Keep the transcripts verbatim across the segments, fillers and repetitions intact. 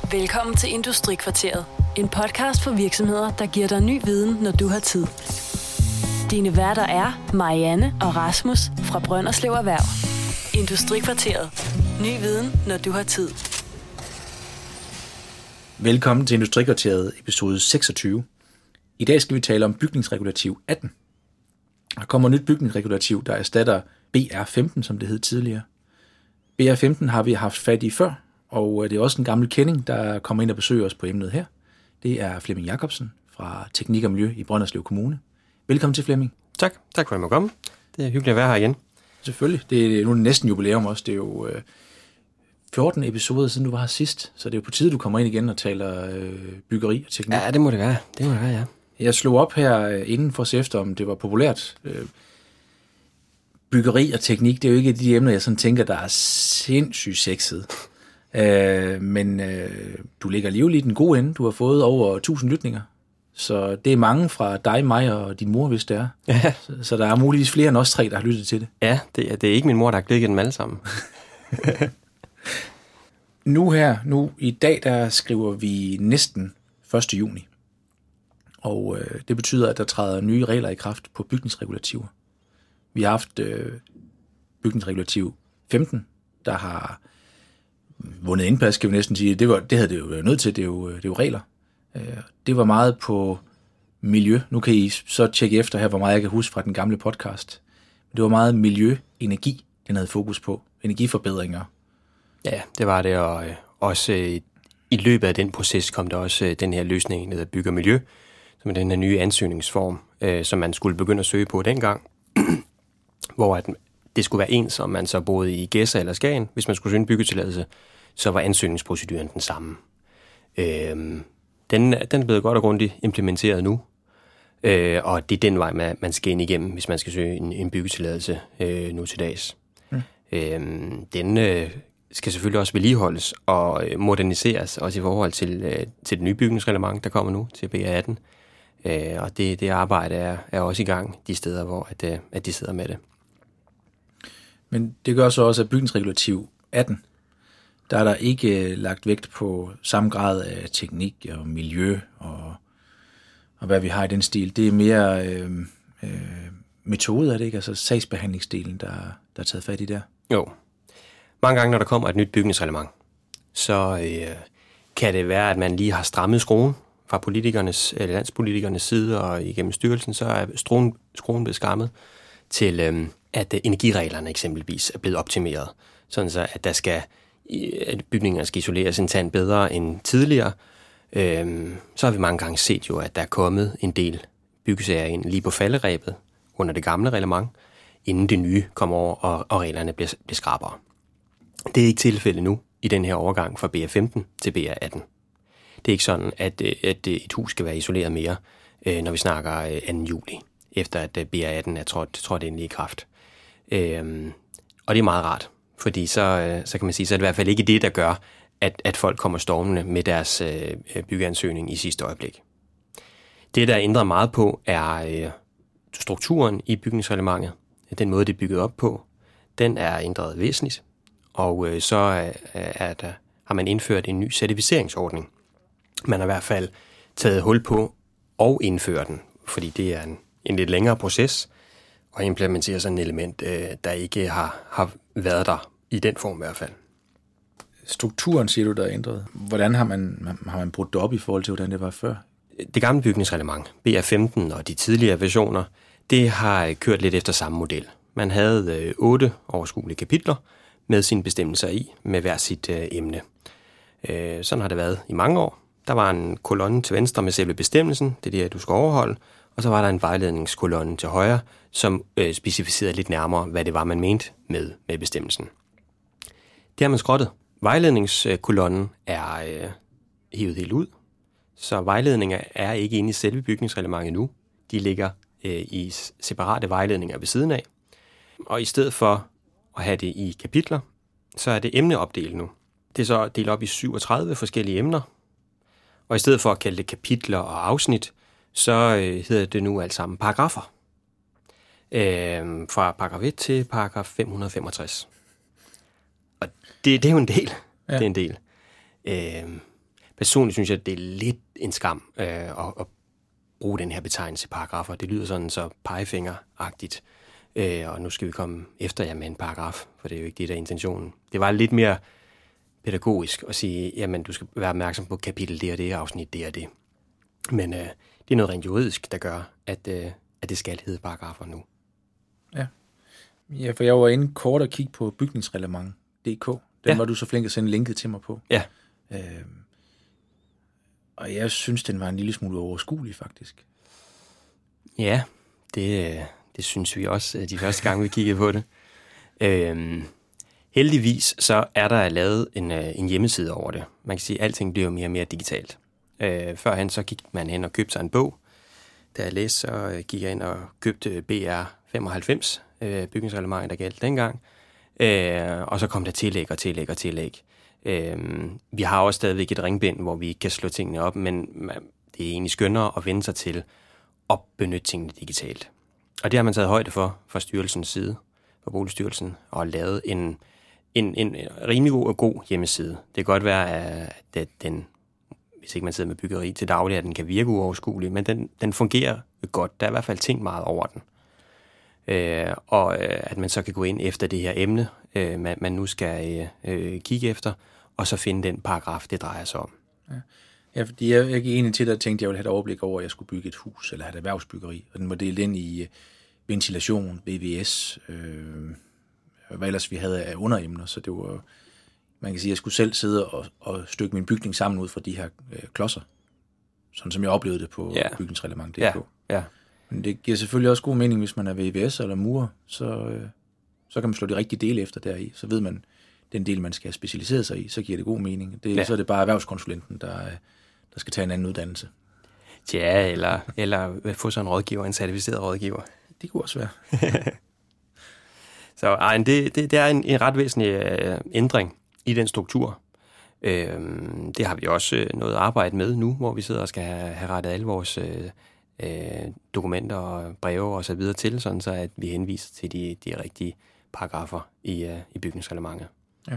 Velkommen til Industrikvarteret. En podcast for virksomheder, der giver dig ny viden, når du har tid. Dine værter er Marianne og Rasmus fra Brønderslev Erhverv. Industrikvarteret. Ny viden, når du har tid. Velkommen til Industrikvarteret, episode seksogtyve. I dag skal vi tale om bygningsregulativ atten. Der kommer et nyt bygningsregulativ, der erstatter B R femten, som det hed tidligere. B R femten har vi haft fat i før, og det er også en gammel kending, der kommer ind og besøger os på emnet her. Det er Flemming Jacobsen fra Teknik og Miljø i Brønderslev Kommune. Velkommen til, Flemming. Tak. Tak for at jeg må komme. Det er hyggeligt at være her igen. Selvfølgelig. Det er nu næsten jubilæum også. Det er jo øh, fjorten episoder siden du var her sidst, så det er jo på tide, du kommer ind igen og taler øh, byggeri og teknik. Ja, det må det være. Det må det være, ja. Jeg slog op her inden for at se efter, om det var populært. Øh, byggeri og teknik, det er jo ikke de emner, jeg sådan tænker, der er sindssygt sexet. Øh, men øh, du ligger alligevel i den gode ende. Du har fået over tusind lytninger. Så det er mange fra dig, mig og din mor, hvis det er. Ja. Så, så der er muligvis flere end os tre, der har lyttet til det. Ja, det er, det er ikke min mor, der har klikket dem alle sammen. nu her, nu i dag, der skriver vi næsten første juni. Og øh, det betyder, at der træder nye regler i kraft på bygningsregulativer. Vi har haft øh, bygningsregulativ femten, der har vundet indpas, skal vi næsten sige. Det, var, det havde det jo været nødt til, det er jo, det er jo regler. Øh, det var meget på miljø. Nu kan I så tjekke efter her, hvor meget jeg kan huske fra den gamle podcast. Men det var meget miljø, energi, den havde fokus på. Energiforbedringer. Ja, det var det, og øh, også øh, i løbet af den proces kom der også øh, den her løsning, der hedder Byg og Miljø, som er den her nye ansøgningsform, øh, som man skulle begynde at søge på dengang, hvor at det skulle være ens, om man så boede i Gedser eller Skagen. Hvis man skulle søge en byggetilladelse, så var ansøgningsproceduren den samme. Øh, den, den er blevet godt og grundigt implementeret nu, øh, og det er den vej, man, man skal ind igennem, hvis man skal søge en, en byggetilladelse øh, nu til dags. Mm. Øh, den øh, skal selvfølgelig også vedligeholdes og moderniseres, også i forhold til, øh, til det nye bygningsreglement, der kommer nu til B R atten. Øh, og det, det arbejde er, er også i gang de steder, hvor at, at de sidder med det. Men det gør så også, at bygningsregulativ atten, der er der ikke lagt vægt på samme grad af teknik og miljø og, og hvad vi har i den stil. Det er mere øh, øh, metode, er det ikke? Altså sagsbehandlingsdelen, der, der er taget fat i der. Jo. Mange gange, når der kommer et nyt bygningsreglement, så øh, kan det være, at man lige har strammet skruen fra politikernes, eller landspolitikernes side og igennem styrelsen, så er skruen, skruen blevet skammet til, øh, at energireglerne eksempelvis er blevet optimeret, sådan så at der skal, at bygningerne skal isoleres en tand bedre end tidligere. Øh, så har vi mange gange set jo, at der er kommet en del byggesager ind lige på falderebet under det gamle reglement, inden det nye kommer over, og, og reglerne bliver, bliver skrabere. Det er ikke tilfældet nu i den her overgang fra B R femten til B R atten. Det er ikke sådan, at, at et hus skal være isoleret mere, når vi snakker anden juli, efter at B R atten er trådt, trådt endelig i kraft. Og det er meget rart, fordi så, så kan man sige, så er det i hvert fald ikke det, der gør, at, at folk kommer stormende med deres byggeansøgning i sidste øjeblik. Det, der er ændret meget på, er strukturen i bygningsreglementet. Den måde, det er bygget op på, den er ændret væsentligt. Og øh, så er, er der, har man indført en ny certificeringsordning. Man har i hvert fald taget hul på og indført den, fordi det er en, en lidt længere proces at implementere sådan et element, øh, der ikke har, har været der i den form i hvert fald. Strukturen, siger du, der er ændret. Hvordan har man, har man brudt det op i forhold til, hvordan det var før? Det gamle bygningsreglement, B R femten og de tidligere versioner, det har kørt lidt efter samme model. Man havde øh, otte overskuelige kapitler, med sine bestemmelser i, med hver sit øh, emne. Øh, sådan har det været i mange år. Der var en kolonne til venstre med selve bestemmelsen, det er det, du skal overholde, og så var der en vejledningskolonne til højre, som øh, specificerede lidt nærmere, hvad det var, man mente med, med bestemmelsen. Det har man skrottet. Vejledningskolonnen er øh, hivet helt ud, så vejledninger er ikke inde i selve bygningsreglementet nu. De ligger øh, i separate vejledninger ved siden af, og i stedet for at have det i kapitler, så er det emneopdelt nu. Det er så delt op i syvogtredive forskellige emner, og i stedet for at kalde det kapitler og afsnit, så øh, hedder det nu alt sammen paragrafer. Øh, fra paragraf et til paragraf fem hundrede femogtres. Og det, det er jo en del. Ja. Det er en del. Øh, personligt synes jeg, det er lidt en skam øh, at, at bruge den her betegnelse paragrafer. Det lyder sådan så pegefingeragtigt, øh, og nu skal vi komme efter jer med en paragraf, for det er jo ikke det, der er intentionen. Det var lidt mere pædagogisk at sige, jamen du skal være opmærksom på kapitel det og det, afsnit det og det. Men øh, det er noget rent juridisk, der gør, at, øh, at det skal hedde paragrafer nu. Ja. Ja, for jeg var inde kort og kigge på bygningsreglement punktum d k. Den ja. var du så flink at sende linket til mig på. Ja. Øhm, og jeg synes, den var en lille smule overskuelig, faktisk. Ja, det, det synes vi også, de første gange, vi kiggede på det. Øhm, heldigvis så er der lavet en, en hjemmeside over det. Man kan sige, at alting bliver mere og mere digitalt. Øh, førhen så gik man hen og købte sig en bog. Da jeg læste, så gik jeg ind og købte B R femoghalvfems, øh, bygningsreglementet, der galt dengang. Øh, og så kom der tillæg og tillæg og tillæg. Øh, vi har også stadigvæk et ringbind, hvor vi ikke kan slå tingene op, men det er egentlig skønnere at vende sig til at benytte tingene digitalt. Og det har man taget højde for fra styrelsens side, fra Boligstyrelsen, og lavet en, en, en rimelig god, god hjemmeside. Det kan godt være, at den, hvis ikke man sidder med byggeri til daglig, at den kan virke uoverskuelig, men den, den fungerer godt. Der er i hvert fald tænkt meget over den. Øh, og øh, at man så kan gå ind efter det her emne, øh, man, man nu skal øh, kigge efter, og så finde den paragraf, det drejer sig om. Ja, ja fordi jeg, jeg gik egentlig til, at jeg tænkte, at jeg ville have et overblik over, at jeg skulle bygge et hus, eller have et erhvervsbyggeri, og den var delt ind i ventilation, B V S, øh, hvad ellers vi havde af underemner, så det var, man kan sige, at jeg skulle selv sidde og, og stykke min bygning sammen ud fra de her øh, klodser, sådan som jeg oplevede det på ja. bygningsreglement punktum d k. Ja, ja. Men det giver selvfølgelig også god mening, hvis man er V V S eller murer, så, øh, så kan man slå de rigtige dele efter deri. Så ved man, den del, man skal specialisere sig i, så giver det god mening. Det, ja. Så er det bare erhvervskonsulenten, der, der skal tage en anden uddannelse. Ja, eller, eller få sådan en rådgiver, en certificeret rådgiver. Det kunne også være. Så ej, det, det, det er en, en ret væsentlig øh, ændring i den struktur. Øh, det har vi også øh, noget arbejde med nu, hvor vi sidder og skal have, have rettet alle vores øh, øh, dokumenter og breve og så videre til, sådan så at vi henviser til de, de rigtige paragrafer i, øh, i bygningsreglementet. Ja.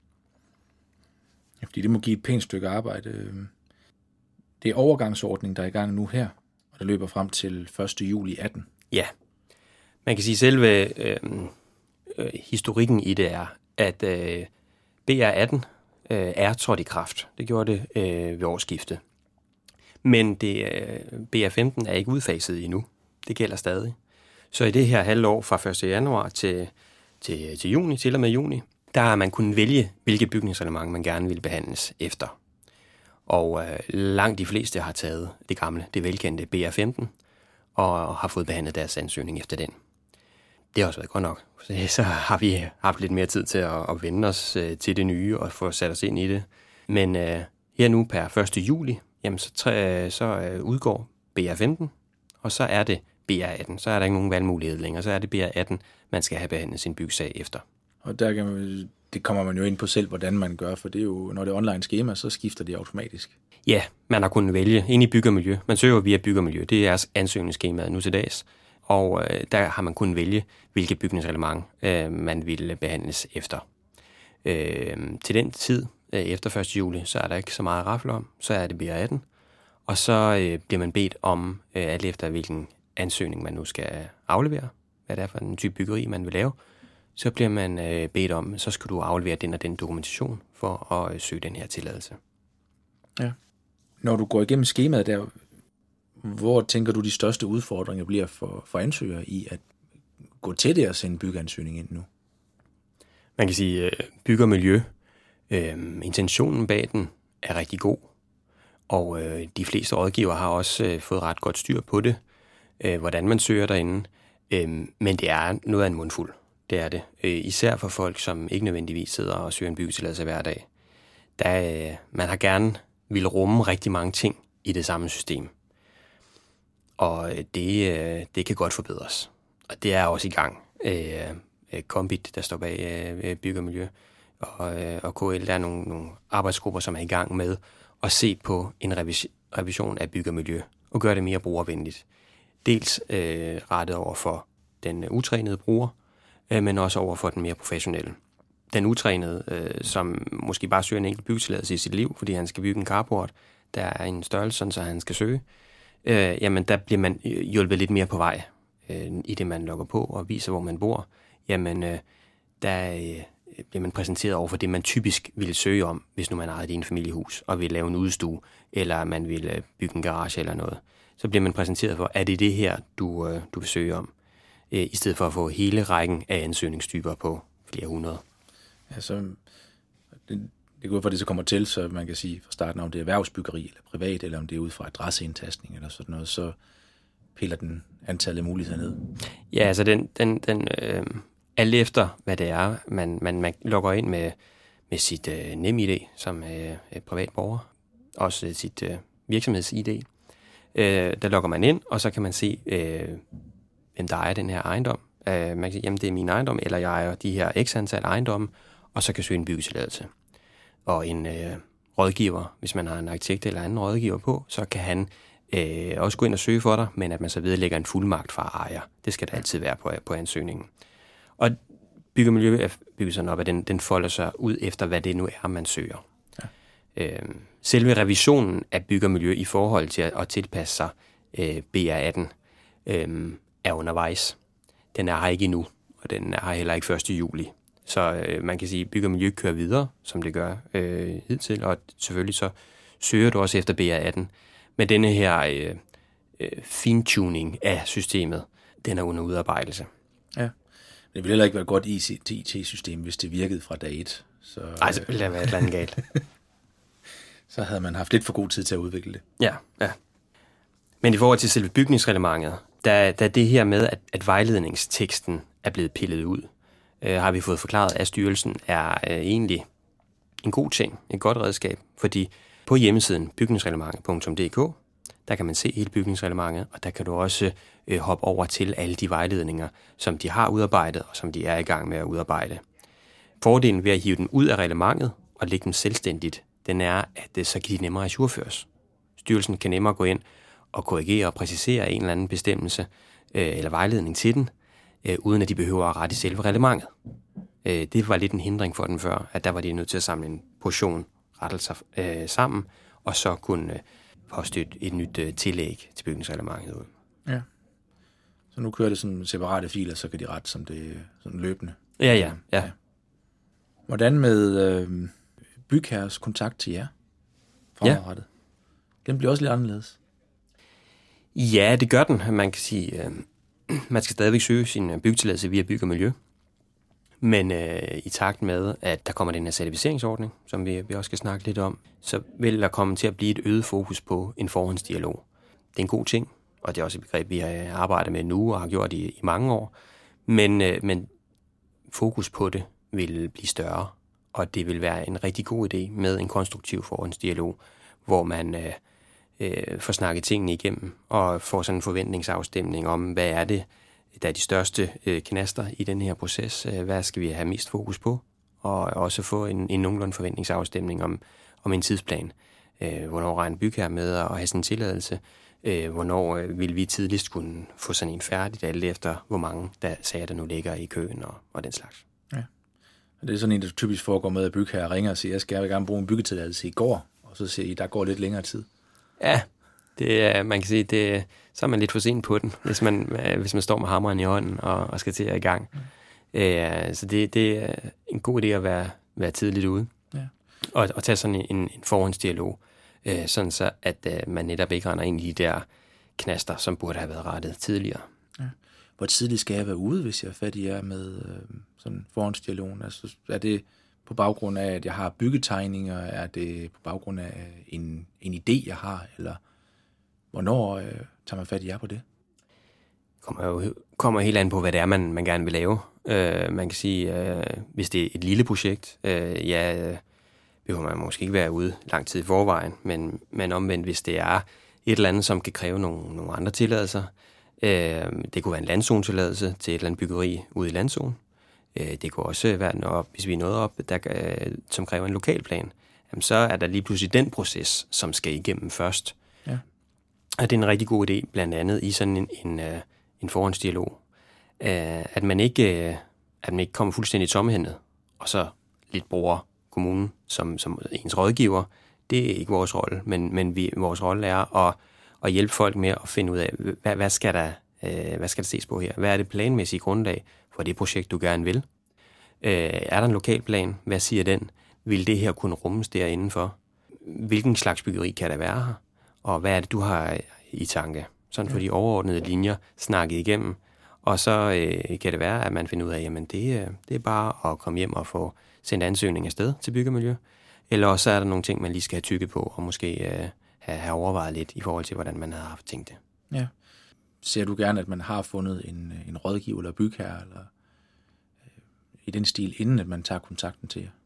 Ja, fordi det må give et pænt stykke arbejde. Det er overgangsordning, der er i gang nu her, og der løber frem til første juli atten. Ja, man kan sige selve øh, øh, historikken i det er, at øh, B R atten øh, er trådt i kraft. Det gjorde det øh, ved årsskiftet. Men det, øh, B R femten er ikke udfaset endnu. Det gælder stadig. Så i det her halvår fra første januar til, til, til juni, til og med juni, der har man kunnet vælge, hvilket bygningsreglement man gerne vil behandles efter. Og øh, langt de fleste har taget det gamle, det velkendte B R femten, og har fået behandlet deres ansøgning efter den. Det har også været godt nok. Så har vi haft lidt mere tid til at, at vende os øh, til det nye og få sat os ind i det. Men øh, her nu per første juli, jamen så, træ, så øh, udgår B R femten, og så er det B R atten. Så er der ikke nogen valgmulighed længere. Så er det B R atten, man skal have behandlet sin byggesag efter. Og der kan man, det kommer man jo ind på selv, hvordan man gør, for det er jo, når det er online skema, så skifter det automatisk. Ja, man har kunnet vælge ind i byggermiljø. Man søger via byggermiljø. Det er ansøgningsskemaet nu til dags. Og øh, der har man kunnet vælge, hvilket bygningsreglement øh, man ville behandles efter. Øh, til den tid, øh, efter første juli, så er der ikke så meget at rafle om. Så er det B R atten. Og så øh, bliver man bedt om, øh, alt efter hvilken ansøgning man nu skal aflevere, hvad det er for en type byggeri, man vil lave, så bliver man øh, bedt om, så skal du aflevere den og den dokumentation for at øh, søge den her tilladelse. Ja. Når du går igennem skemaet der, hvor tænker du de største udfordringer bliver for, for ansøgere i at gå til det og sende byggeansøgning ind nu? Man kan sige, at byggermiljø, øh, intentionen bag den er rigtig god, og øh, de fleste rådgivere har også øh, fået ret godt styr på det, øh, hvordan man søger derinde, øh, men det er noget af en mundfuld. Det er det. Øh, især for folk, som ikke nødvendigvis sidder og søger en byggetilladelse hver dag. Der, øh, man har gerne vil rumme rigtig mange ting i det samme system. Og det, øh, det kan godt forbedres. Og det er også i gang. Øh, Kombit, der står bag øh, byggermiljø, og, øh, og K L, der er nogle, nogle arbejdsgrupper, som er i gang med at se på en revis- revision af byggermiljø og gøre det mere brugervenligt. Dels øh, rettet over for den utrænede bruger, øh, men også over for den mere professionelle. den utrænede, øh, som måske bare søger en enkelt byggetilladelse i sit liv, fordi han skal bygge en carport, der er en størrelse, sådan, så han skal søge, øh, jamen der bliver man hjulpet lidt mere på vej, øh, i det man logger på og viser, hvor man bor. Jamen, øh, der øh, bliver man præsenteret over for det, man typisk ville søge om, hvis nu man ejede en familiehus og vil lave en udstue, eller man vil øh, bygge en garage eller noget. Så bliver man præsenteret for, er det det her, du, øh, du vil søge om, øh, i stedet for at få hele rækken af ansøgningstyper på flere hundrede. Ja, så det, det går for det, så kommer til, så man kan sige fra starten, om det er erhvervsbyggeri eller privat, eller om det er ud fra adresseindtastning eller sådan noget, så piller den antallet af muligheder ned. Ja, altså den, den, den øh, alt efter, hvad det er, man, man, man logger ind med, med sit øh, NemID som øh, privat borger, også sit øh, virksomheds-I D. Øh, der logger man ind, og så kan man se, øh, hvem der ejer den her ejendom. Øh, man kan sige, jamen det er min ejendom, eller jeg ejer de her x antal ejendomme, og så kan søge en byggetilladelse. Og en øh, rådgiver, hvis man har en arkitekt eller anden rådgiver på, så kan han øh, også gå ind og søge for dig, men at man så vedlægger en fuldmagt fra ejer. Det skal der altid være på, på ansøgningen. Og byggemiljø er bygget sådan op, at den, den folder sig ud efter, hvad det nu er, man søger. Ja. Øh, selve revisionen af byggermiljø i forhold til at, at tilpasse sig øh, B R atten øh, er undervejs. Den er her ikke endnu, og den er her heller ikke første juli. Så øh, man kan sige, at byggermiljø kører videre, som det gør øh, hidtil, og selvfølgelig så søger du også efter B R atten. Men denne her øh, øh, fintuning af systemet, den er under udarbejdelse. Ja, det ville heller ikke være et godt I T-system, hvis det virkede fra dag et. Så, Ej, så ville det være et eller andet galt. Så havde man haft lidt for god tid til at udvikle det. Ja, ja. Men i forhold til selve bygningsreglementet, der, der er det her med, at, at vejledningsteksten er blevet pillet ud, øh, har vi fået forklaret, at styrelsen er øh, egentlig en god ting, et godt redskab, fordi på hjemmesiden bygningsreglementet punktum d k, der kan man se hele bygningsreglementet, og der kan du også øh, hoppe over til alle de vejledninger, som de har udarbejdet, og som de er i gang med at udarbejde. Fordelen ved at hive dem ud af reglementet og lægge dem selvstændigt, den er, at øh, så kan de nemmere ajourføres. Styrelsen kan nemmere gå ind og korrigere og præcisere en eller anden bestemmelse øh, eller vejledning til den, øh, uden at de behøver at rette i selve reglementet. Øh, det var lidt en hindring for den før, at der var de nødt til at samle en portion rettelser øh, sammen, og så kunne øh, poste et, et nyt øh, tillæg til bygningsreglementet ud. Ja. Så nu kører det sådan separate filer, så kan de rette som det sådan løbende. Ja, ja, ja. ja. Hvordan med øh, bygherres kontakt til jer fremadrettet? Ja. Den bliver også lidt anderledes. Ja, det gør den. Man kan sige, øh, man skal stadigvæk søge sin byggetilladelse via Byg og Miljø. Men øh, i takt med, at der kommer den her certificeringsordning, som vi, vi også skal snakke lidt om, så vil der komme til at blive et øget fokus på en forhåndsdialog. Det er en god ting, og det er også et begreb, vi har arbejdet med nu og har gjort i, i mange år. Men, øh, men fokus på det vil blive større, og det vil være en rigtig god idé med en konstruktiv forhåndsdialog, hvor man øh, øh, får snakket tingene igennem og får sådan en forventningsafstemning om, hvad er det, der er de største øh, knaster i den her proces. Øh, hvad skal vi have mest fokus på? Og også få en, en nogenlunde forventningsafstemning om, om en tidsplan. Øh, hvornår regner bygherre med at have sådan en tilladelse? Øh, hvornår øh, vil vi tidligst kunne få sådan en færdigt, alt efter hvor mange der sager, der nu ligger i køen og, og den slags. Ja. Og det er sådan en, der typisk foregår med, at bygherre ringer og siger, jeg skal jeg vil gerne bruge en byggetilladelse i går, og så siger I, der går lidt længere tid. Ja, det er, man kan sige, det, så er man lidt for sent på den, hvis man, hvis man står med hammeren i hånden og, og skal til at i gang. Mm. Øh, så det, det er en god idé at være, være tidligt ude. Ja. Og, og tage sådan en, en forhåndsdialog, øh, sådan så at øh, man netop ikke render ind i de der knaster, som burde have været rettet tidligere. Ja. Hvor tidligt skal jeg være ude, hvis jeg er fat i jer med øh, sådan forhåndsdialogen? Altså, er det på baggrund af, at jeg har byggetegninger? Er det på baggrund af en, en idé, jeg har? Eller hvornår øh, tager man fat i jer på det? Det kommer jo kommer helt an på, hvad det er, man, man gerne vil lave. Øh, man kan sige, øh, hvis det er et lille projekt, øh, ja, behøver man måske ikke være ude lang tid i forvejen, men, men omvendt, hvis det er et eller andet, som kan kræve nogle, nogle andre tilladelser, øh, det kunne være en landzonetilladelse til et eller andet byggeri ude i landzonen. Øh, det kunne også være, når, hvis vi er nået op, der, øh, som kræver en lokalplan, jamen, så er der lige pludselig den proces, som skal igennem først. Ja. Og det er en rigtig god idé, blandt andet i sådan en, en, uh, en forhåndsdialog, uh, at man ikke uh, at man ikke kommer fuldstændig tomhændet, og så lidt bruger kommunen som, som ens rådgiver. Det er ikke vores rolle, men, men vi, vores rolle er at, at hjælpe folk med at finde ud af, hvad, hvad, skal der, øh, hvad skal der ses på her? Hvad er det planmæssige grundlag for det projekt, du gerne vil? Øh, er der en lokalplan? Hvad siger den? Vil det her kunne rummes derindenfor? Hvilken slags byggeri kan der være her? Og hvad er det, du har i tanke? Sådan for de overordnede linjer snakket igennem. Og så øh, kan det være, at man finder ud af, jamen det, det er bare at komme hjem og få sendt ansøgning afsted til byggemiljø. Eller også så er der nogle ting, man lige skal have tykket på, og måske øh, have, have overvejet lidt i forhold til, hvordan man har haft tænkt det. Ja. Ser du gerne, at man har fundet en, en rådgiver eller bygherre, eller øh, i den stil, inden at man tager kontakten til jer?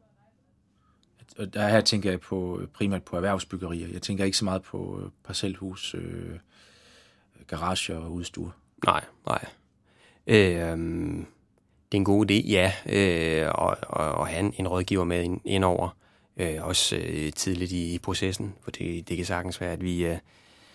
Og der her tænker jeg på, primært på erhvervsbyggerier. Jeg tænker ikke så meget på parcelhus, øh, garager og udstuer. Nej, nej. Øh, det er en god idé, ja, øh, at, at have en, en rådgiver med ind, indover. Øh, også øh, tidligt i, i processen, for det, det kan sagtens være, at vi, øh,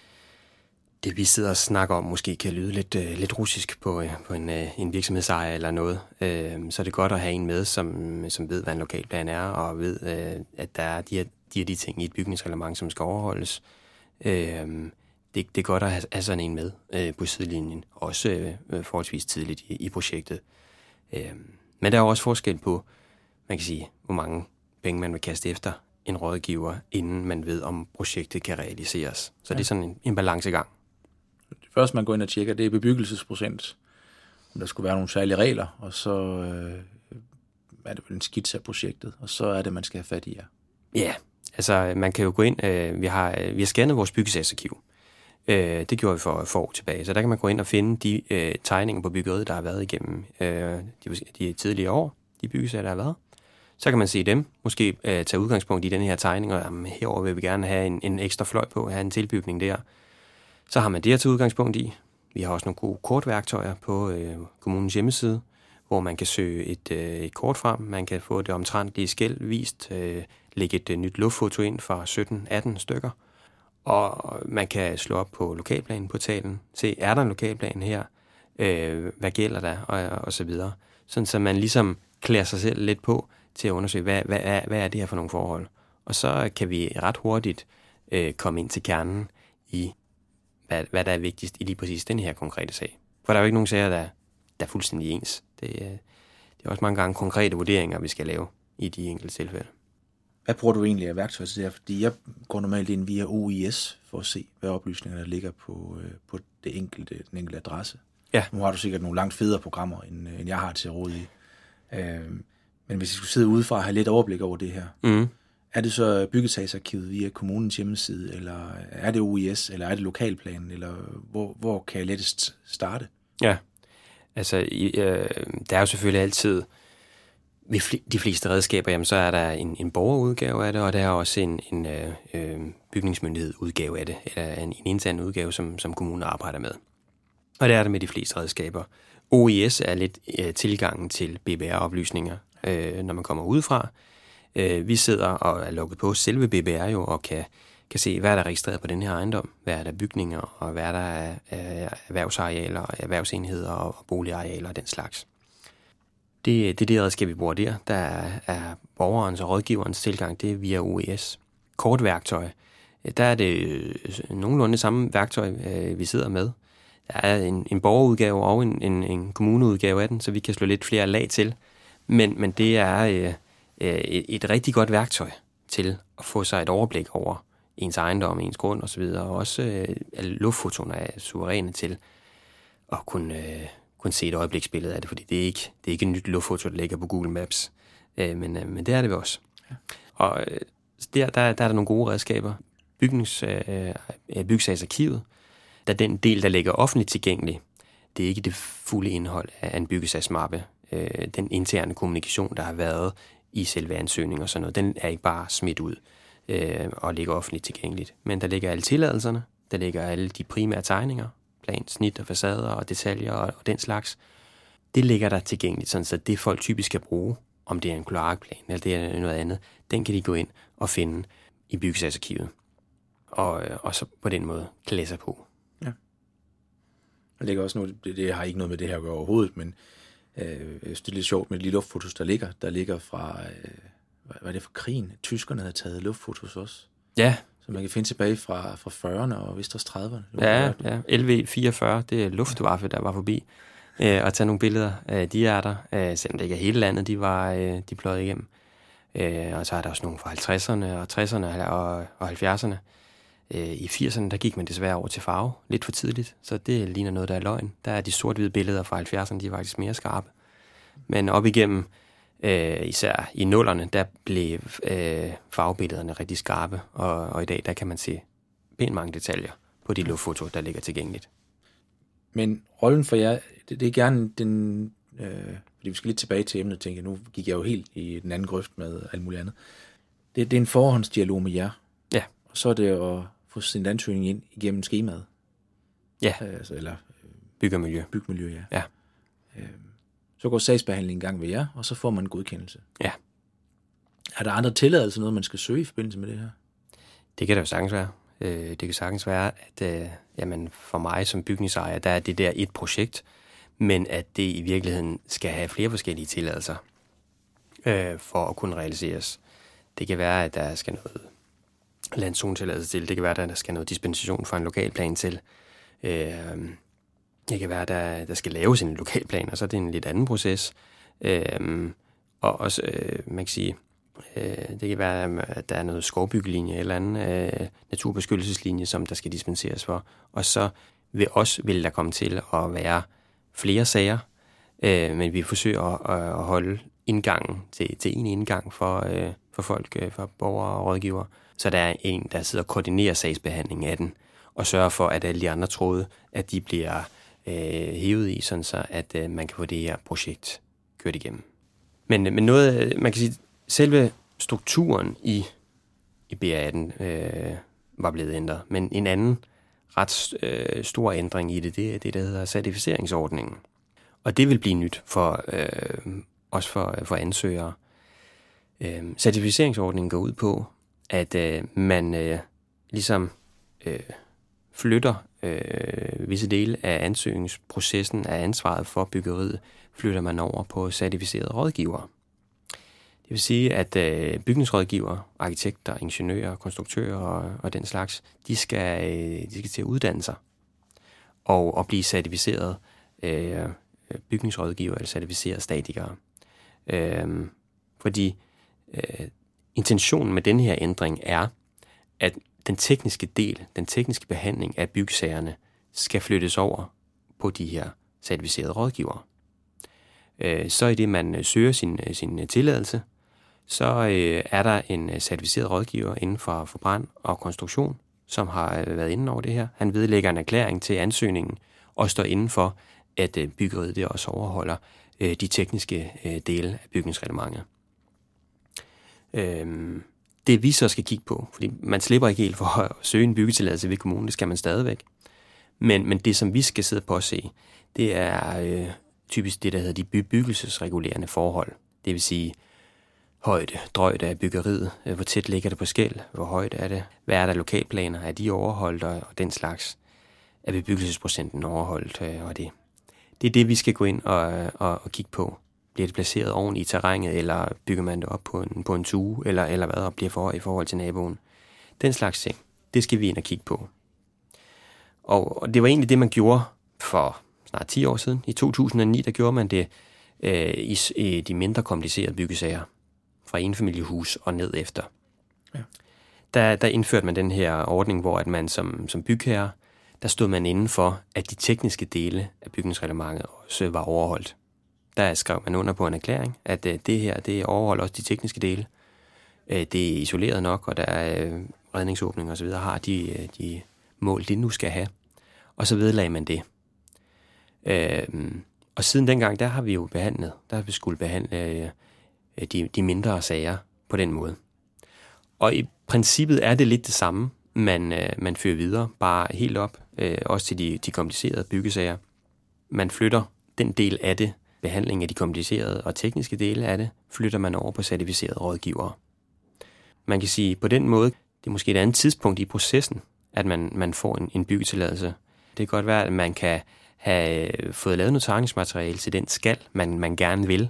det vi sidder og snakker om, måske kan lyde lidt, øh, lidt russisk på, øh, på en, øh, en virksomhedsejer eller noget. Øh, så er det godt at have en med, som, som ved, hvad en lokalplan er, og ved, øh, at der er de her, de her de ting i et bygningsreglement, som skal overholdes. Øh, det, det er godt at have, have sådan en med øh, på sidelinjen, også øh, forholdsvis tidligt i, i projektet. Øh, men der er også forskel på, man kan sige, hvor mange penge man vil kaste efter en rådgiver, inden man ved, om projektet kan realiseres. Så ja. Det er sådan en, en balancegang. Det første, man går ind og tjekker, det er bebyggelsesprocent. Om der skulle være nogle særlige regler, og så øh, er det en skitse af projektet, og så er det, man skal have fat i jer. Ja, altså man kan jo gå ind, øh, vi har, øh, vi har scannet vores byggesagsarkiv. Øh, det gjorde vi for, for år tilbage, så der kan man gå ind og finde de øh, tegninger på byggeriet, der har været igennem øh, de, de tidligere år, de byggesager, der har været. Så kan man se dem, måske øh, tage udgangspunkt i den her tegning, og jamen, herover vil vi gerne have en, en ekstra fløj på, have en tilbygning der. Så har man det at tage udgangspunkt i. Vi har også nogle gode kortværktøjer på øh, kommunens hjemmeside, hvor man kan søge et, øh, et kort frem. Man kan få det omtrentlige skel vist, øh, lægge et øh, nyt luftfoto ind fra sytten atten stykker. Og man kan slå op på lokalplanportalen, se, er der en lokalplan her? Øh, hvad gælder der? Og, og så videre. Sådan, så man ligesom klæder sig selv lidt på til at undersøge, hvad, hvad, er, hvad er det her for nogle forhold. Og så kan vi ret hurtigt øh, komme ind til kernen i, hvad, hvad der er vigtigst i lige præcis den her konkrete sag. For der er jo ikke nogen sager, der, der er fuldstændig ens. Det, øh, det er også mange gange konkrete vurderinger, vi skal lave i de enkelte tilfælde. Hvad bruger du egentlig af værktøj til det her? Fordi jeg går normalt ind via O I S for at se, hvad oplysninger der ligger på, øh, på det enkelte, den enkelte adresse. Ja. Nu har du sikkert nogle langt federe programmer, end, end jeg har til råd i. Øh, men hvis jeg skulle sidde udefra og have lidt overblik over det her, mm. er det så byggesagsarkivet via kommunens hjemmeside, eller er det O I S, eller er det lokalplanen, eller hvor, hvor kan jeg lettest starte? Ja, altså øh, der er jo selvfølgelig altid, ved de fleste redskaber, jamen, så er der en, en borgerudgave af det, og der er også en, en øh, bygningsmyndighed udgave af det, eller en, en intern udgave, som, som kommunen arbejder med. Og det er det med de fleste redskaber. O I S er lidt øh, tilgangen til B B R-oplysninger, øh, når man kommer udefra. Øh, vi sidder og er logget på selve B B R jo, og kan, kan se, hvad er der registreret på den her ejendom, hvad er der bygninger, og hvad er der af, af erhvervsarealer, erhvervsenheder og boligarealer og den slags. Det, det er det redskab, vi bruger der. Der er, er borgerens og rådgiverens tilgang, det er via O I S. Kortværktøj, der er det nogenlunde samme værktøj, vi sidder med. Der er en, en borgerudgave og en, en, en kommuneudgave af den, så vi kan slå lidt flere lag til. Men, men det er øh, et, et rigtig godt værktøj til at få sig et overblik over ens ejendom, ens grund osv. Og også øh, luftfotoner er suveræne til at kunne, øh, kunne se et øjebliksbillede af det, fordi det er ikke, det er ikke et nyt luftfoto, der ligger på Google Maps. Øh, men, øh, men det er det også. Ja. Og øh, der, der, der er der nogle gode redskaber. Bygnings, øh, byggesagsarkivet, der den del, der ligger offentligt tilgængelig, det er ikke det fulde indhold af en byggesagsmappe. Øh, den interne kommunikation, der har været i selve ansøgningen og sådan noget, den er ikke bare smidt ud øh, og ligger offentligt tilgængeligt. Men der ligger alle tilladelserne, der ligger alle de primære tegninger, plan, snit og facader og detaljer og, og den slags. Det ligger der tilgængeligt, sådan så det folk typisk skal bruge, om det er en kloakplan eller det er noget andet, den kan de gå ind og finde i byggesagsarkivet. Og, og så på den måde klæde sig på. Ja. Der ligger også noget, det, det har ikke noget med det her at gøre overhovedet, men øh, jeg synes, det er lidt sjovt med de luftfotos, der ligger. Der ligger fra, øh, hvad er det for krigen? Tyskerne havde taget luftfotos også. Ja. Så man kan finde tilbage fra, fra fyrrerne og vist også trediverne. Ja, ja. L V fireogfyrre, det er Luftwaffe, der var forbi. Øh, og tage nogle billeder. Øh, de er der. Øh, selvom det ikke er hele landet, de var øh, de pløjet igennem. Øh, og så er der også nogle fra halvtredserne og tresserne og, og halvfjerdserne. Øh, I firserne, der gik man desværre over til farve. Lidt for tidligt. Så det ligner noget, der er løgn. Der er de sort-hvide billeder fra halvfjerdserne, de er faktisk mere skarpe. Men op igennem, øh, især i nullerne, der blev øh, farvebillederne rigtig skarpe. Og, og i dag, der kan man se pænt mange detaljer på de luftfoto, der ligger tilgængeligt. Men rollen for jer, det, det er gerne den... Øh, fordi vi skal lidt tilbage til emnet, tænker jeg. Nu gik jeg jo helt i den anden grøft med alt muligt andet. Det, det er en forhåndsdialog med jer. Ja. Og så er det at få sin ansøgning ind igennem skemaet. Ja. Altså, eller Byggermiljø. Bygmiljø, ja. Ja. Øh, så går sagsbehandlingen i gang ved jer, og så får man en godkendelse. Ja. Er der andre tilladelser, noget man skal søge i forbindelse med det her? Det kan det jo sagtens være. Det kan sagtens være, at øh, jamen for mig som bygningsejer, der er det der et projekt, men at det i virkeligheden skal have flere forskellige tilladelser øh, for at kunne realiseres. Det kan være, at der skal noget landzonetilladelse til. Det kan være, at der skal noget dispensation fra en lokalplan til. Øh, det kan være, at der, der skal laves en lokalplan, og så er det en lidt anden proces. Øh, og også, øh, man kan sige, øh, det kan være, at der er noget skovbyggelinje eller anden øh, naturbeskyttelseslinje, som der skal dispenseres for. Og så vil også vil der komme til at være flere sager, øh, men vi forsøger at, at holde indgangen til, til en indgang for, øh, for folk, øh, for borgere og rådgivere. Så der er en, der sidder og koordinerer sagsbehandlingen af den, og sørger for, at alle de andre tråde, at de bliver øh, hævet i, sådan så at øh, man kan få det her projekt kørt igennem. Men, men noget, man kan sige, selve strukturen i, i B R atten øh, var blevet ændret, men en anden ret øh, stor ændring i det, det er det, der hedder certificeringsordningen. Og det vil blive nyt for øh, også for, for ansøgere. Øh, certificeringsordningen går ud på, at øh, man øh, ligesom øh, flytter øh, visse dele af ansøgningsprocessen af ansvaret for byggeriet, flytter man over på certificerede rådgivere. Det vil sige, at øh, bygningsrådgivere, arkitekter, ingeniører, konstruktører og, og den slags, de skal, øh, de skal til at uddanne sig og, og blive certificeret øh, bygningsrådgivere eller certificerede statikere. Øh, fordi øh, intentionen med den her ændring er, at den tekniske del, den tekniske behandling af byggesagerne, skal flyttes over på de her certificerede rådgivere. Øh, så i det, man søger sin, sin tilladelse, så øh, er der en certificeret rådgiver inden for, for brand og konstruktion, som har øh, været inde over det her. Han vedlægger en erklæring til ansøgningen og står inden for, at øh, byggeriet det også overholder øh, de tekniske øh, dele af bygningsreglementet. Øh, det vi så skal kigge på, fordi man slipper ikke helt for at søge en byggetilladelse ved kommunen, det skal man stadigvæk. Men, men det, som vi skal sidde på at se, det er øh, typisk det, der hedder de bebyggelsesregulerende forhold. Det vil sige højde, drøjde af byggeriet, hvor tæt ligger det på skel, hvor højt er det, hvad er der lokalplaner, er de overholdt, og den slags, er bebyggelsesprocenten overholdt, og det. Det er det, vi skal gå ind og, og, og kigge på. Bliver det placeret oven i terrænet, eller bygger man det op på en, på en tue, eller, eller hvad, og bliver for i forhold til naboen. Den slags ting, det skal vi ind og kigge på. Og, og det var egentlig det, man gjorde for snart ti år siden. I to tusind og ni, der gjorde man det øh, i, i de mindre komplicerede byggesager, fra enfamiliehus og ned efter. Ja. Der, der indførte man den her ordning, hvor at man som, som bygherre, der stod man inden for, at de tekniske dele af bygningsreglementet også var overholdt. Der skrev man under på en erklæring, at uh, det her, det overholder også de tekniske dele. Uh, det er isoleret nok, og der er uh, redningsåbninger osv., har de, uh, de mål, de nu skal have. Og så vedlagde man det. Uh, og siden dengang, der har vi jo behandlet, der har vi skulle behandle uh, De, de mindre sager på den måde. Og i princippet er det lidt det samme, man, øh, man fører videre, bare helt op, øh, også til de, de komplicerede byggesager. Man flytter den del af det, behandling af de komplicerede og tekniske dele af det, flytter man over på certificerede rådgivere. Man kan sige, på den måde, det er måske et andet tidspunkt i processen, at man, man får en, en byggetilladelse. Det kan godt være, at man kan have fået lavet noget tegningsmateriale til den skal, man, man gerne vil,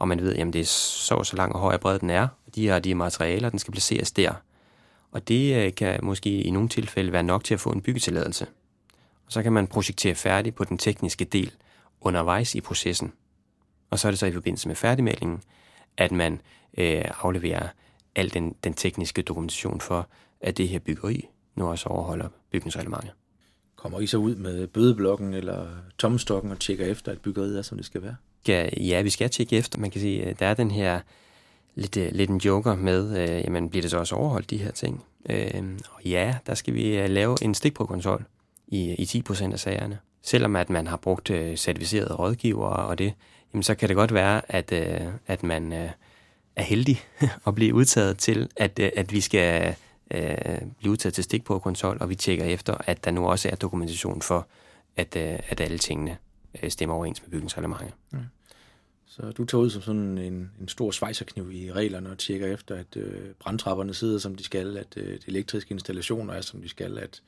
og man ved, jamen det er så så lang og høj og bred den er, og de her de materialer, den skal placeres der. Og det kan måske i nogle tilfælde være nok til at få en byggetilladelse. Og så kan man projektere færdigt på den tekniske del undervejs i processen. Og så er det så i forbindelse med færdigmalingen, at man øh, afleverer al den, den tekniske dokumentation for, at det her byggeri nu også overholder bygningsreglementet. Kommer I så ud med bødeblokken eller tommestokken og tjekker efter, at byggeriet er, som det skal være? Ja, ja, vi skal tjekke efter. Man kan sige, at der er den her lidt, lidt en joker med, øh, jamen bliver det så også overholdt, de her ting? Øh, og ja, der skal vi lave en stikprøvekontrol i, i ti procent af sagerne. Selvom at man har brugt øh, certificerede rådgivere og det, jamen så kan det godt være, at, øh, at man øh, er heldig at blive udtaget til, at, øh, at vi skal øh, blive udtaget til stikprøvekontrol, og vi tjekker efter, at der nu også er dokumentation for, at, øh, at alle tingene øh, stemmer overens med bygningsreglementet. Ja. Så du tager ud som sådan en, en stor svejserkniv i reglerne og tjekker efter, at øh, brandtrapperne sidder, som de skal, at øh, de elektriske installationer er, som de skal, at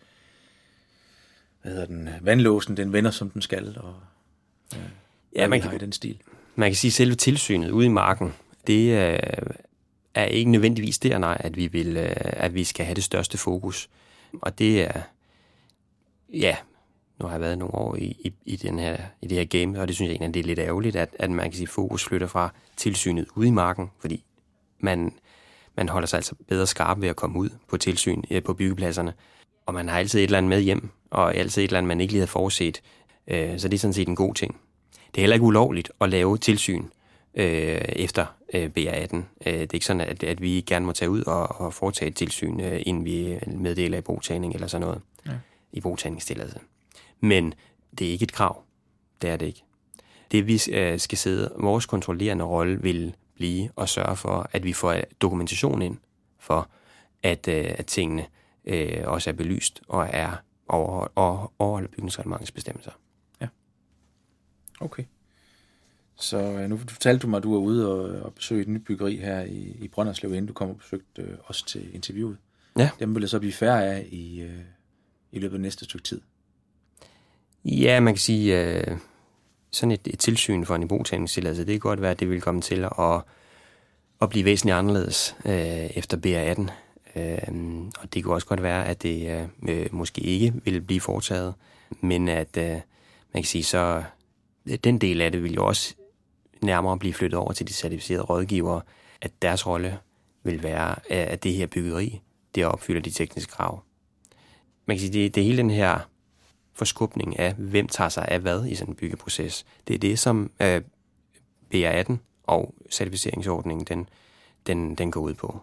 hvad hedder den, vandlåsen, den vender, som den skal, og øh, ja, man har kan, i den stil. Man kan sige, at selve tilsynet ude i marken, det øh, er ikke nødvendigvis der, nej, at vi, vil, øh, at vi skal have det største fokus. Og det er, ja, nu har jeg været nogle år i, i, i, den her, i det her game, og det synes jeg egentlig, det er lidt ærgerligt, at, at man kan sige, fokus flytter fra tilsynet ude i marken, fordi man, man holder sig altså bedre skarp ved at komme ud på tilsyn på byggepladserne, og man har altid et eller andet med hjem, og altid et eller andet, man ikke lige havde forudset, øh, så det er sådan set en god ting. Det er heller ikke ulovligt at lave tilsyn øh, efter øh, B R atten. Øh, det er ikke sådan, at, at vi gerne må tage ud og, og foretage et tilsyn, øh, inden vi meddeler i brugtagning eller sådan noget, ja. I brugtagningstilladelse. Men det er ikke et krav. Det er det ikke. Det vi øh, skal sidde, vores kontrollerende rolle vil blive at sørge for, at vi får dokumentation ind for, at, øh, at tingene øh, også er belyst og er overhold, og overholder bygningsreglementets bestemmelser. Ja. Okay. Så øh, nu fortalte du mig, at du er ude og, og besøge et nyt byggeri her i, i Brønderslev, inden du kom og besøgte øh, os til interviewet. Ja. Dem vil der så blive færre af i, øh, i løbet af næste stykke tid. Ja, man kan sige, øh, sådan et, et tilsyn for en ibrugtagningstilladelse, det kan godt være, at det vil komme til at, at blive væsentligt anderledes øh, efter B R atten. Øh, og det kunne også godt være, at det øh, måske ikke vil blive foretaget, men at øh, man kan sige, så den del af det vil jo også nærmere blive flyttet over til de certificerede rådgivere, at deres rolle vil være, at det her byggeri, det opfylder de tekniske krav. Man kan sige, det, det er hele den her forskubning af, hvem tager sig af hvad i sådan en byggeproces. Det er det, som øh, B R atten og certificeringsordningen, den, den, den går ud på.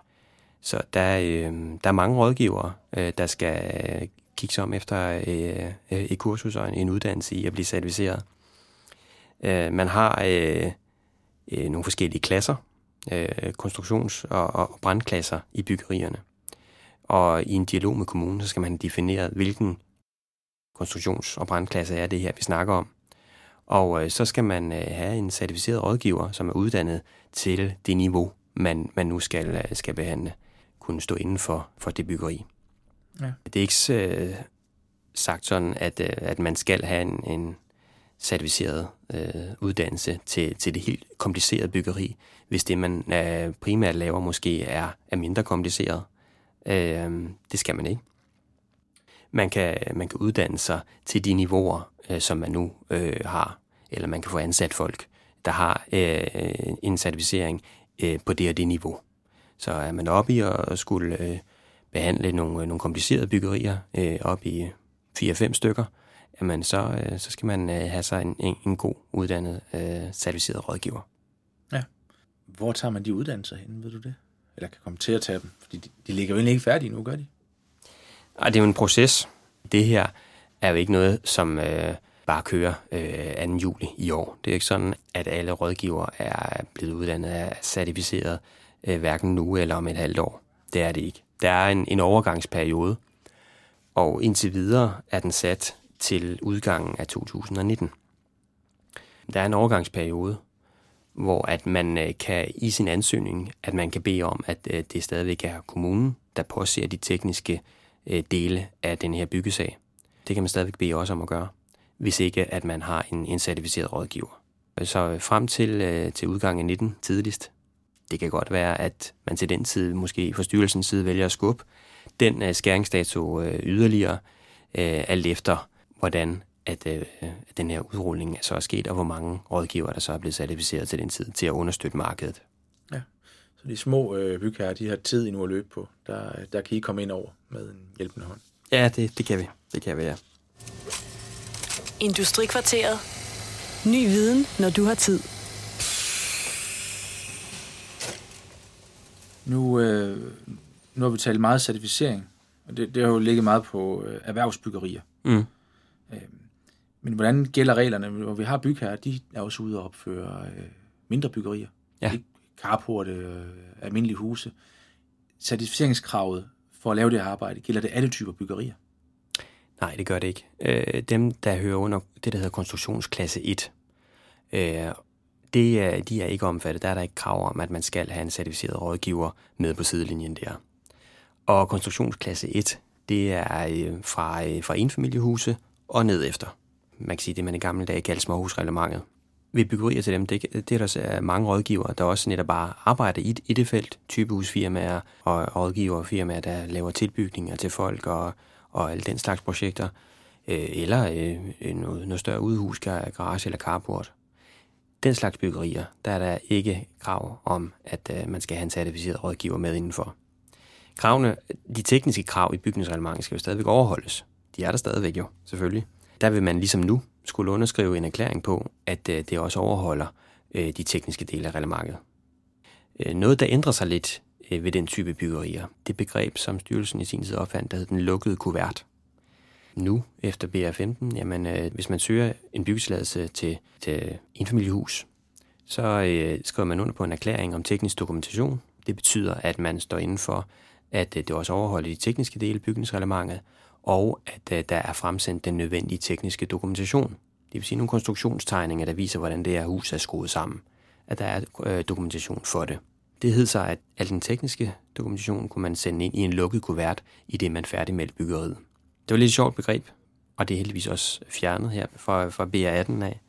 Så der, øh, der er mange rådgivere, øh, der skal øh, kigge sig om efter øh, øh, et kursus og en uddannelse i at blive certificeret. Øh, man har øh, øh, nogle forskellige klasser, øh, konstruktions- og, og brandklasser i byggerierne. Og i en dialog med kommunen, så skal man definere, hvilken konstruktions- og brandklasse er det her, vi snakker om. Og øh, så skal man øh, have en certificeret rådgiver, som er uddannet til det niveau, man, man nu skal, øh, skal behandle, kunne stå inden for, for det byggeri. Ja. Det er ikke øh, sagt sådan, at, øh, at man skal have en, en certificeret øh, uddannelse til, til det helt komplicerede byggeri, hvis det, man øh, primært laver, måske er, er mindre kompliceret. Øh, det skal man ikke. Man kan, man kan uddanne sig til de niveauer, øh, som man nu øh, har, eller man kan få ansat folk, der har øh, en certificering øh, på det og det niveau. Så er man oppe i at skulle øh, behandle nogle, nogle komplicerede byggerier, øh, op i fire fem stykker, jamen så, øh, så skal man øh, have sig en, en, en god uddannet øh, certificeret rådgiver. Ja. Hvor tager man de uddannelser hen, ved du det? Eller kan komme til at tage dem? Fordi de, de ligger jo egentlig ikke færdige nu, gør de? Ej, det er jo en proces. Det her er jo ikke noget, som øh, bare kører øh, anden juli i år. Det er ikke sådan, at alle rådgivere er blevet uddannet af certificeret øh, hverken nu eller om et halvt år. Det er det ikke. Der er en, en overgangsperiode, og indtil videre er den sat til udgangen af to tusind nitten. Der er en overgangsperiode, hvor at man øh, kan i sin ansøgning, at man kan bede om, at øh, det stadigvæk er kommunen, der påser de tekniske øh, dele af den her byggesag. Det kan man stadigvæk bede også om at gøre, hvis ikke at man har en, en certificeret rådgiver. Så frem til, øh, til udgangen af nitten tidligst. Det kan godt være, at man til den tid, måske fra styrelsens side, vælger at skubbe den øh, skæringsdato øh, yderligere, øh, alt efter, hvordan at, øh, at den her udrulning så er sket, og hvor mange rådgivere, der så er blevet certificeret til den tid, til at understøtte markedet. Ja, så de små øh, bygherrer, de har tid endnu at løbe på. Der, der kan I komme ind over med en hjælpende hånd. Ja, det, det kan vi. Det kan vi, ja. Industrikvarteret. Ny viden, når du har tid. Nu, øh, nu har vi talt meget certificering, og det, det har jo ligget meget på øh, erhvervsbyggerier. Mm. Øh, men hvordan gælder reglerne? Hvor vi har bygherrer, de er også ude og opføre øh, mindre byggerier. Ja. Ikke carporte, øh, almindelige huse. Certificeringskravet for at lave det her arbejde, gælder det alle typer byggerier? Nej, det gør det ikke. Øh, dem, der hører under det, der hedder konstruktionsklasse et, øh, det er, de er ikke omfattet. Der er der ikke krav om, at man skal have en certificeret rådgiver med på sidelinjen der. Og konstruktionsklasse et, det er øh, fra, øh, fra enfamiliehuse og ned efter. Man kan sige, det man i gamle dage kaldte småhusreglementet. Ved byggerier til dem, det, det er der så mange rådgivere, der også netop bare arbejder i, i det felt. Typehusfirmaer og rådgiverfirmaer, der laver tilbygninger til folk og, og alle den slags projekter. Øh, eller øh, noget, noget større udhus, garage eller carport. Den slags byggerier, der er der ikke krav om, at øh, man skal have en certificeret rådgiver med indenfor. Kravene, de tekniske krav i bygningsreglementet skal jo stadigvæk overholdes. De er der stadigvæk jo, selvfølgelig. Der vil man ligesom nu skulle underskrive en erklæring på, at øh, det også overholder øh, de tekniske dele af reglementet. Øh, noget, der ændrer sig lidt øh, ved den type byggerier, det begreb, som styrelsen i sin tid opfandt, der hed den lukkede kuvert. Nu, efter B R femten, jamen, øh, hvis man søger en byggetilladelse til, til enfamiliehus, så øh, skriver man under på en erklæring om teknisk dokumentation. Det betyder, at man står inden for, at øh, det også overholder de tekniske dele af bygningsreglementet, og at øh, der er fremsendt den nødvendige tekniske dokumentation. Det vil sige nogle konstruktionstegninger, der viser, hvordan det her hus er skruet sammen. At der er øh, dokumentation for det. Det hed sig, at al den tekniske dokumentation kunne man sende ind i en lukket kuvert, i det man færdigmeldte byggeriet. Det var lidt et sjovt begreb, og det er heldigvis også fjernet her fra, fra B R atten af.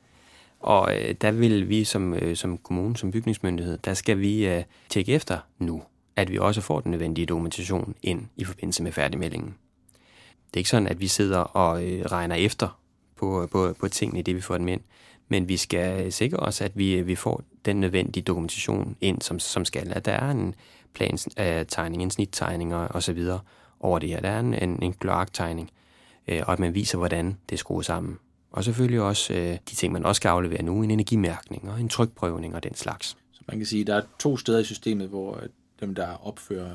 Og øh, der vil vi som, øh, som kommune, som bygningsmyndighed, der skal vi øh, tjekke efter nu, at vi også får den nødvendige dokumentation ind i forbindelse med færdigmeldingen. Det er ikke sådan, at vi sidder og øh, regner efter på, på, på tingene i det, vi får dem ind, men vi skal sikre os, at vi, vi får den nødvendige dokumentation ind, som, som skal. At der er en plantegning, en snittegning og så videre over det her. Der er en, en, en kloaktegning, øh, og at man viser, hvordan det er skruet sammen. Og selvfølgelig også øh, de ting, man også skal aflevere nu, en energimærkning og en trykprøvning og den slags. Så man kan sige, at der er to steder i systemet, hvor dem, der opfører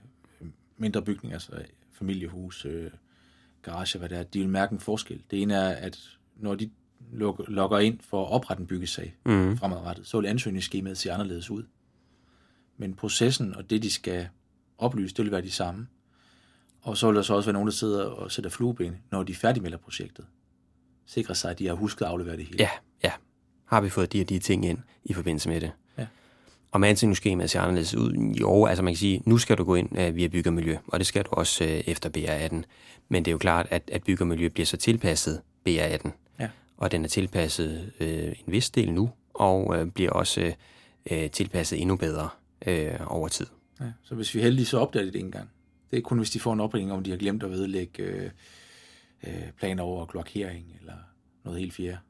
mindre bygninger, altså familiehus, øh, garage, hvad det er, de vil mærke en forskel. Det ene er, at når de logger ind for at oprette en byggesag mm. fremadrettet, så vil ansøgningsskemaet se anderledes ud. Men processen og det, de skal oplyse, det vil være de samme. Og så vil der så også være nogen, der sidder og sætter flueben, når de færdigmelder projektet. Sikrer sig, at de har husket at aflevere det hele. Ja, ja. Har vi fået de her de ting ind i forbindelse med det? Ja. Og med ansøgningsskemaet ser anderledes ud. Jo, altså man kan sige, nu skal du gå ind uh, via byggermiljø, og det skal du også uh, efter B R atten. Men det er jo klart, at, at byggermiljø bliver så tilpasset B R atten. Ja. Og den er tilpasset uh, en vis del nu, og uh, bliver også uh, tilpasset endnu bedre uh, over tid. Ja, så hvis vi er heldige, så opdager de det ikke engang. Det er kun, hvis de får en opringning om, de har glemt at vedlægge øh, øh, planer over kloakering eller noget helt fjerde.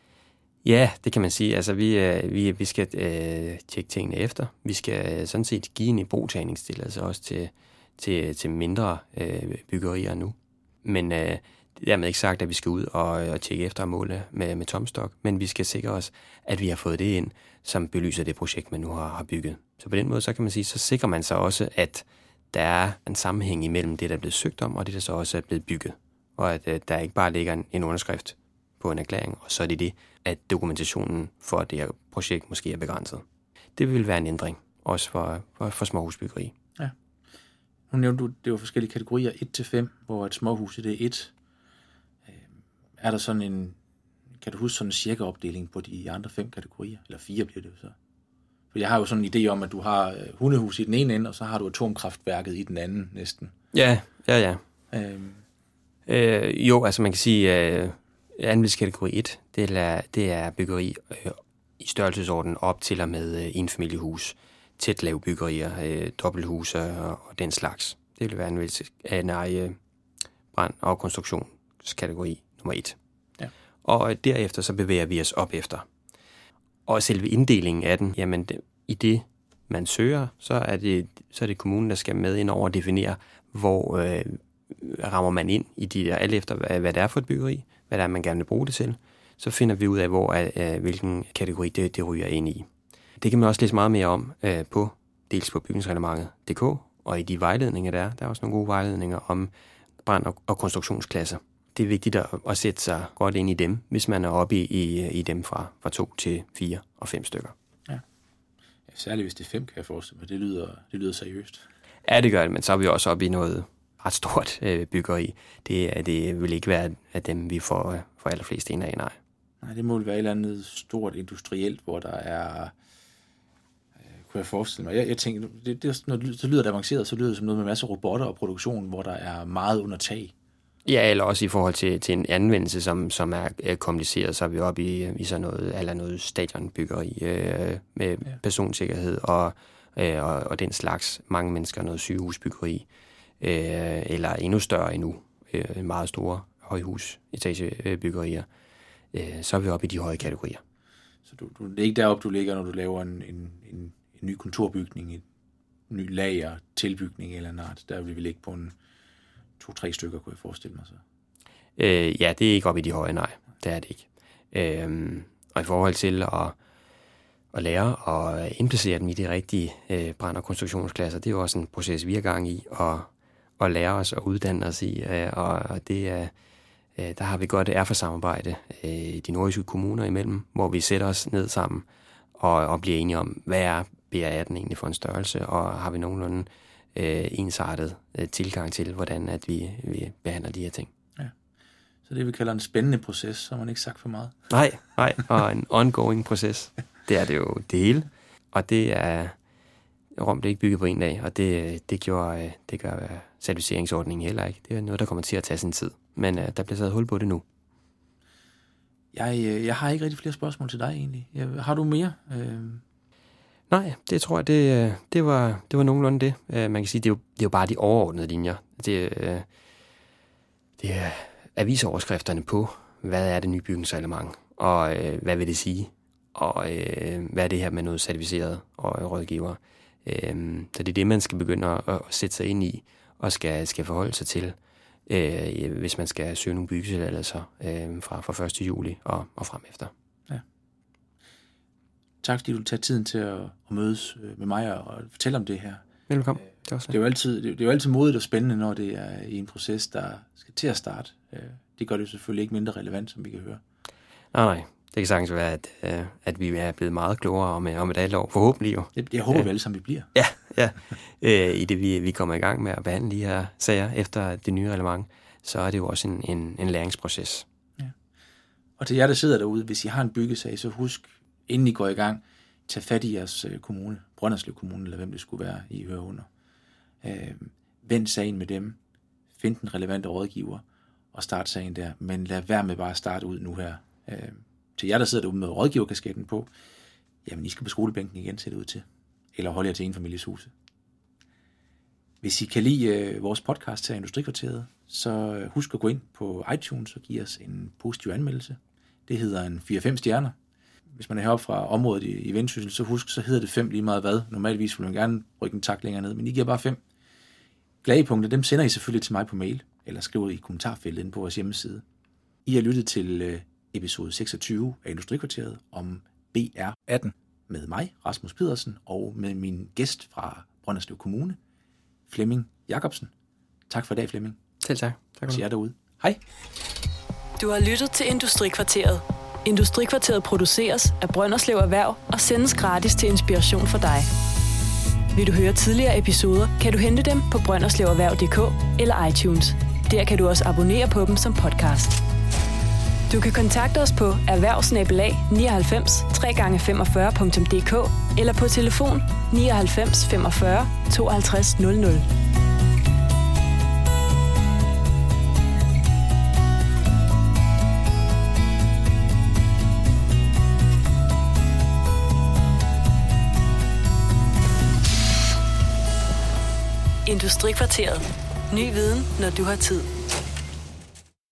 Ja, det kan man sige. Altså, vi, øh, vi, vi skal øh, tjekke tingene efter. Vi skal øh, sådan set give en ibrugtagningstilladelse også til, til, til mindre øh, byggerier nu. Men øh, det er dermed ikke sagt, at vi skal ud og, og tjekke efter målet med, med tomstok, men vi skal sikre os, at vi har fået det ind, som belyser det projekt, man nu har, har bygget. Så på den måde, så kan man sige, så sikrer man sig også, at der er en sammenhæng imellem det, der er blevet søgt om, og det, der så også er blevet bygget. Og at øh, der ikke bare ligger en, en underskrift på en erklæring, og så er det det, at dokumentationen for det her projekt måske er begrænset. Det vil være en ændring, også for, for, for småhusbyggeri. Ja. Nu nævnte du, det var forskellige kategorier, et til fem, hvor et småhus det er et. Er der sådan en, kan du huske sådan en cirka opdeling på de andre fem kategorier? Eller fire bliver det jo så. For jeg har jo sådan en idé om, at du har hundehus i den ene ende, og så har du atomkraftværket i den anden næsten. Ja, ja, ja. Øhm. Øh, jo, altså man kan sige, at øh, andelskategori et, det er, det er byggeri øh, i størrelsesorden op til og med øh, enfamiliehus, tæt lave byggerier, øh, dobbelthuse og, og den slags. Det vil være en, en øh, brand- og konstruktionskategori nummer et. Ja. Og derefter så bevæger vi os op efter. Og selve inddelingen af den, jamen det, i det man søger, så er det, så er det kommunen, der skal med ind over at definere, hvor øh, rammer man ind i de der, alt efter hvad, hvad det er for et byggeri, hvad det er, man gerne vil bruge det til. Så finder vi ud af, hvor øh, hvilken kategori det, det ryger ind i. Det kan man også læse meget mere om øh, på, dels på bygningsreglementet punktum d k, og i de vejledninger, der er. Der er også nogle gode vejledninger om brand- og, og konstruktionsklasser. Det er vigtigt at, at sætte sig godt ind i dem, hvis man er oppe i, i, i dem fra, fra to til fire og fem stykker. Ja. Ja, særligt hvis det er fem, kan jeg forestille mig. Det lyder, det lyder seriøst. Ja, det gør det, men så er vi også oppe i noget ret stort øh, byggeri. Det, det vil ikke være af dem, vi får, får allerflest ind af, nej. Nej, det må vel være et eller andet stort industrielt, hvor der er... kunne jeg forestille mig. Jeg, jeg tænker, det, det, når det, så lyder det avanceret, så lyder det som noget med masser af robotter og produktion, hvor der er meget under tag. Ja, eller også i forhold til, til en anvendelse, som, som er, er kompliceret, så er vi oppe i, i sådan noget, eller noget stadionbyggeri øh, med ja. personsikkerhed og, øh, og, og den slags. Mange mennesker, noget sygehusbyggeri, øh, eller endnu større endnu, øh, meget store højhus, etagebyggerier. Øh, så er vi oppe i de høje kategorier. Så du, du, det er ikke deroppe, du ligger, når du laver en, en, en, en ny kontorbygning, en ny lager, tilbygning eller noget. Der vil vi ligge på en to-tre stykker, kunne jeg forestille mig så. Øh, ja, det er ikke oppe i de høje, nej. Det er det ikke. Øh, og i forhold til at, at lære og indplacere dem i de rigtige øh, brand- og konstruktionsklasser, det er jo også en proces, vi er gang i, at, at lære os og uddanne os i. Øh, og det er... Der har vi godt et erfasamarbejde øh, de nordjyske kommuner imellem, hvor vi sætter os ned sammen og, og bliver enige om, hvad er B R atten egentlig for en størrelse, og har vi nogenlunde øh, ensartet øh, tilgang til, hvordan at vi, vi behandler de her ting. Ja. Så det vi kalder en spændende proces, så har man ikke sagt for meget. Nej, nej, og en ongoing proces. Det er det jo det hele, og det er Rom, det er ikke bygget på en dag, og det, det, gjorde, det gør certificeringsordningen heller ikke. Det er noget, der kommer til at tage sin tid. Men uh, der bliver taget hul på det nu. Jeg, jeg har ikke rigtig flere spørgsmål til dig egentlig. Jeg, har du mere? Øh... Nej, det tror jeg, det, det, var, det var nogenlunde det. Uh, man kan sige, det er, jo, det er jo bare de overordnede linjer. Det, uh, det er avisoverskrifterne på, hvad er det nye bygningsreglement, og uh, hvad vil det sige, og uh, hvad er det her med noget certificeret og rådgiver. Uh, så det er det, man skal begynde at, at sætte sig ind i, og skal, skal forholde sig til, Øh, hvis man skal søge nogle byggetilladelser øh, fra, fra første juli og, og frem efter. Ja. Tak fordi du tager tiden til at, at mødes med mig og fortælle om det her. Velkommen. Det, det, er jo altid, det er jo altid modigt og spændende, når det er i en proces, der skal til at starte. Det gør det selvfølgelig ikke mindre relevant, som vi kan høre. Nej, nej. Det kan sagtens være, at, øh, at vi er blevet meget klogere om, om et halvt år. Forhåbentlig jo. Jeg, jeg håber øh, vel, som vi bliver. Ja, ja. øh, i det vi, vi kommer i gang med at behandle de her sager efter det nye reglement, så er det jo også en, en, en læringsproces. Ja. Og til jer, der sidder derude, hvis I har en byggesag, så husk, inden I går i gang, tag fat i jeres kommune, Brønderslev Kommune, eller hvem det skulle være, I hører under. Øh, vend sagen med dem, find den relevante rådgiver, og start sagen der. Men lad være med bare at starte ud nu her. Øh, til jer, der sidder derude med rådgiverkasketten på, jamen I skal på skolebænken igen, ser det ud til. Eller holde jer til en familieshuse. Hvis I kan lide øh, vores podcast her i Industrikvarteret, så husk at gå ind på iTunes og give os en positiv anmeldelse. Det hedder en fire fem stjerner. Hvis man er heroppe fra området i, i Vendsyssel, så husk, så hedder det fem lige meget hvad. Normalvis vil man gerne rykke en tak længere ned, men I giver bare fem. Klagepunkter, dem sender I selvfølgelig til mig på mail, eller skriver I i kommentarfeltet inde på vores hjemmeside. I har lyttet til øh, episode seksogtyve af Industrikvarteret om B R atten med mig, Rasmus Pedersen, og med min gæst fra Brønderslev Kommune, Flemming Jacobsen. Tak for i dag, Flemming. Selv tak. Tak for jer derude. Hej. Du har lyttet til Industrikvarteret. Industrikvarteret produceres af Brønderslev Erhverv og sendes gratis til inspiration for dig. Vil du høre tidligere episoder, kan du hente dem på brønderslevererhverv punktum d k eller iTunes. Der kan du også abonnere på dem som podcast. Du kan kontakte os på erhvervsnabelag nioghalvfems tre gange femogfyrre punktum d k eller på telefon nioghalvfems femogfyrre tooghalvtreds nul nul. Industrikvarteret. Ny viden, når du har tid.